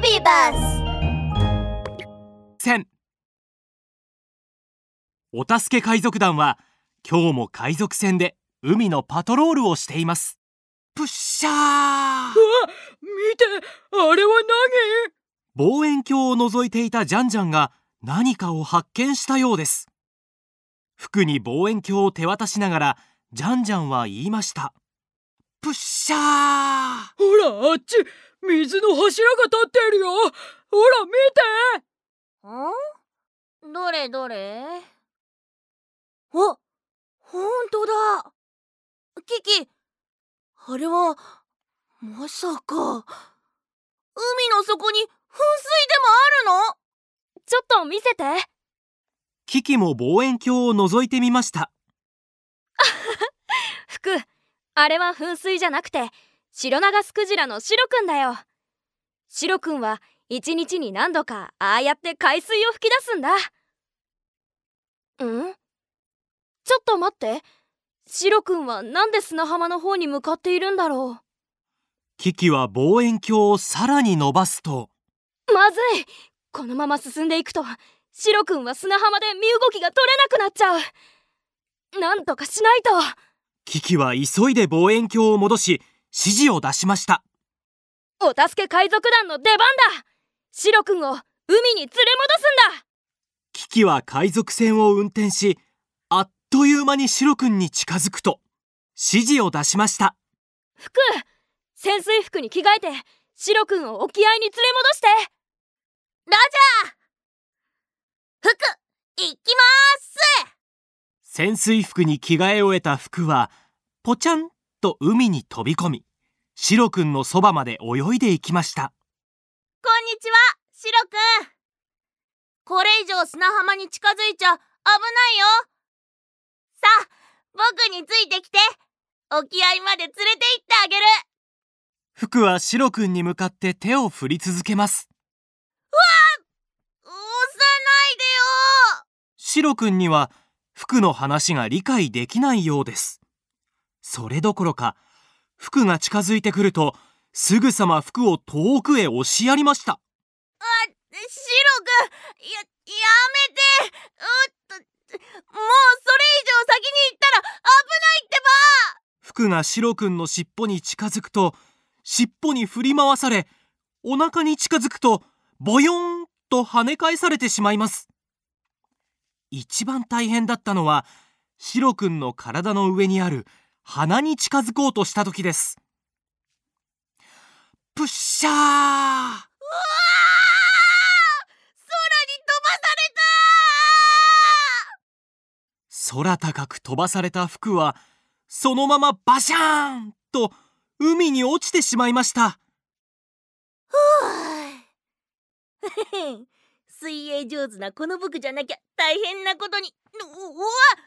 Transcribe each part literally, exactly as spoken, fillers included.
ビバスせんお助け海賊団は今日も海賊船で海のパトロールをしています。プッシャー。うわ、 見て、あれは何？ 望遠鏡を覗いていたジャンジャンが何かを発見したようです。服に望遠鏡を手渡しながらジャンジャンは言いました。プッシャー。 ほら、あっち水の柱が立っているよ。ほら見て。ん？どれどれ？あ、ほんとだ。キキ、あれはまさか海の底に噴水でもあるの？ ちょっと見せて。 キキも望遠鏡を覗いてみました。 服、あれは噴水じゃなくてシロナガスクジラのシロくんだよ。シロくんは一日に何度かああやって海水を吹き出すんだ。ん？ちょっと待って、シロくんはなんで砂浜の方に向かっているんだろう。 キキは望遠鏡をさらに伸ばすと、 まずい、このまま進んでいくとシロくんは砂浜で身動きが取れなくなっちゃう。なんとかしないと。 キキは急いで望遠鏡を戻し指示を出しました。 お助け海賊団の出番だ。シロくんを海に連れ戻すんだ。 キキは海賊船を運転し、あっという間にシロくんに近づくと指示を出しました。 服、潜水服に着替えてシロくんを沖合に連れ戻して。 ラジャー。服、行きまーす。 潜水服に着替え終えた服はポチャンと海に飛び込み、シロくんのそばまで泳いでいきました。 こんにちは、シロくん。これ以上砂浜に近づいちゃ危ないよ。さあ、僕についてきて。沖合まで連れて行ってあげる。 服はシロくんに向かって手を振り続けます。 うわっ、押さないでよ。 シロくんには服の話が理解できないようです。それどころか服が近づいてくるとすぐさま服を遠くへ押しやりました。 あ、シロくん、や、やめて。うっと、もうそれ以上先に行ったら危ないってば。 服がシロくんの尻尾に近づくと尻尾に振り回され、お腹に近づくとボヨーンと跳ね返されてしまいます。一番大変だったのはシロくんの体の上にある鼻に近づこうとした時です。プッシャー。うわー、 空に飛ばされた。空高く飛ばされた服はそのままバシャーンと海に落ちてしまいました。 ふぅ水泳上手なこの僕じゃなきゃ大変なことに。う、うわ、な、もう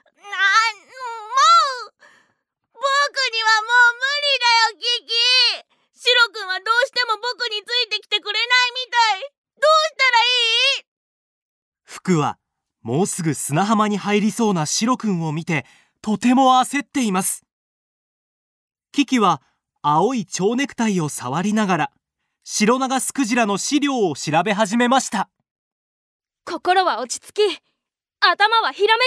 僕にはもう無理だよ、キキ。シロくんはどうしても僕についてきてくれないみたい。どうしたらいい？ 服はもうすぐ砂浜に入りそうなシロくんを見てとても焦っています。キキは青い蝶ネクタイを触りながらシロナガスクジラの資料を調べ始めました。 心は落ち着き、頭はひらめ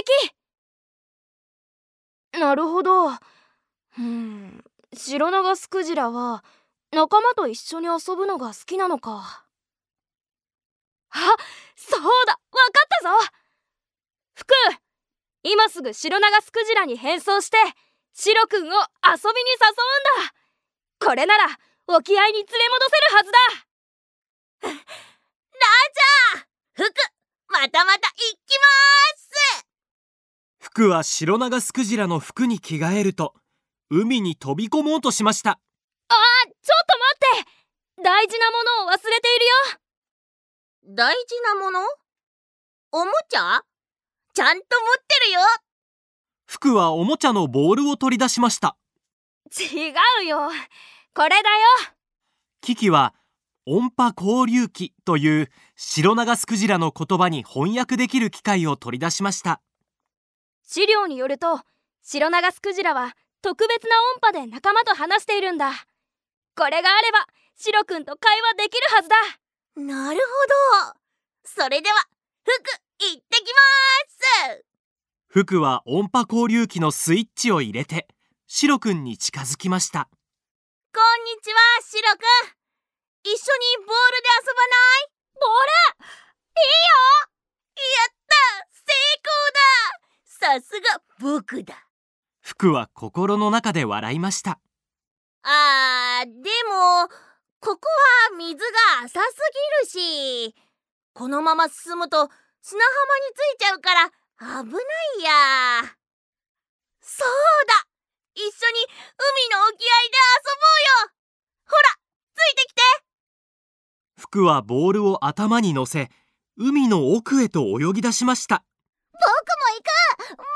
き。なるほど。うーん、シロナガスクジラは仲間と一緒に遊ぶのが好きなのか。あ、そうだ、わかったぞ。服、今すぐシロナガスクジラに変装してシロくんを遊びに誘うんだ。これなら沖合に連れ戻せるはずだ。 ラジャー。服、またまた行きまーす。 服はシロナガスクジラの服に着替えると海に飛び込もうとしました。 あー、ちょっと待って、大事なものを忘れているよ。 大事なもの？おもちゃ？ちゃんと持ってるよ。 服はおもちゃのボールを取り出しました。 違うよ、これだよ。 キキは音波交流器というシロナガスクジラの言葉に翻訳できる機械を取り出しました。 資料によるとシロナガスクジラは特別な音波で仲間と話しているんだ。これがあればシロくんと会話できるはずだ。 なるほど。それでは服行ってきます。 服は音波交流器のスイッチを入れてシロくんに近づきました。 こんにちは、シロくん。一緒にボールで遊ばない？ ボールいいよ。 やった、成功だ。さすが僕だ。 服は心の中で笑いました。 あー、でもここは水が浅すぎるし、このまま進むと砂浜についちゃうから危ないや。そうだ、一緒に海の沖合で遊ぼうよ。ほら、ついてきて。 服はボールを頭に乗せ、海の奥へと泳ぎ出しました。 僕も行く。待って。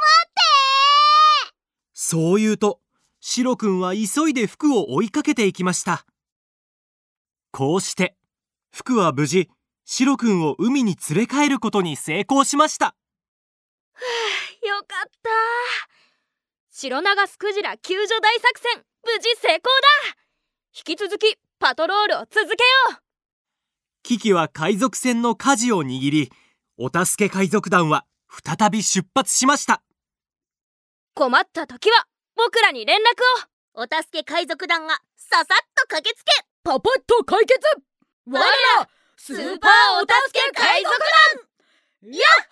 そう言うと、シロくんは急いで服を追いかけていきました。こうして服は無事シロくんを海に連れ帰ることに成功しました。 ふう、よかった。シロナガスクジラ救助大作戦、無事成功だ。引き続きパトロールを続けよう。 キキは海賊船の舵を握り、お助け海賊団は再び出発しました。 困った時は僕らに連絡を。お助け海賊団がささっと駆けつけ、 パパッと解決。 我らスーパーお助け海賊団、やっ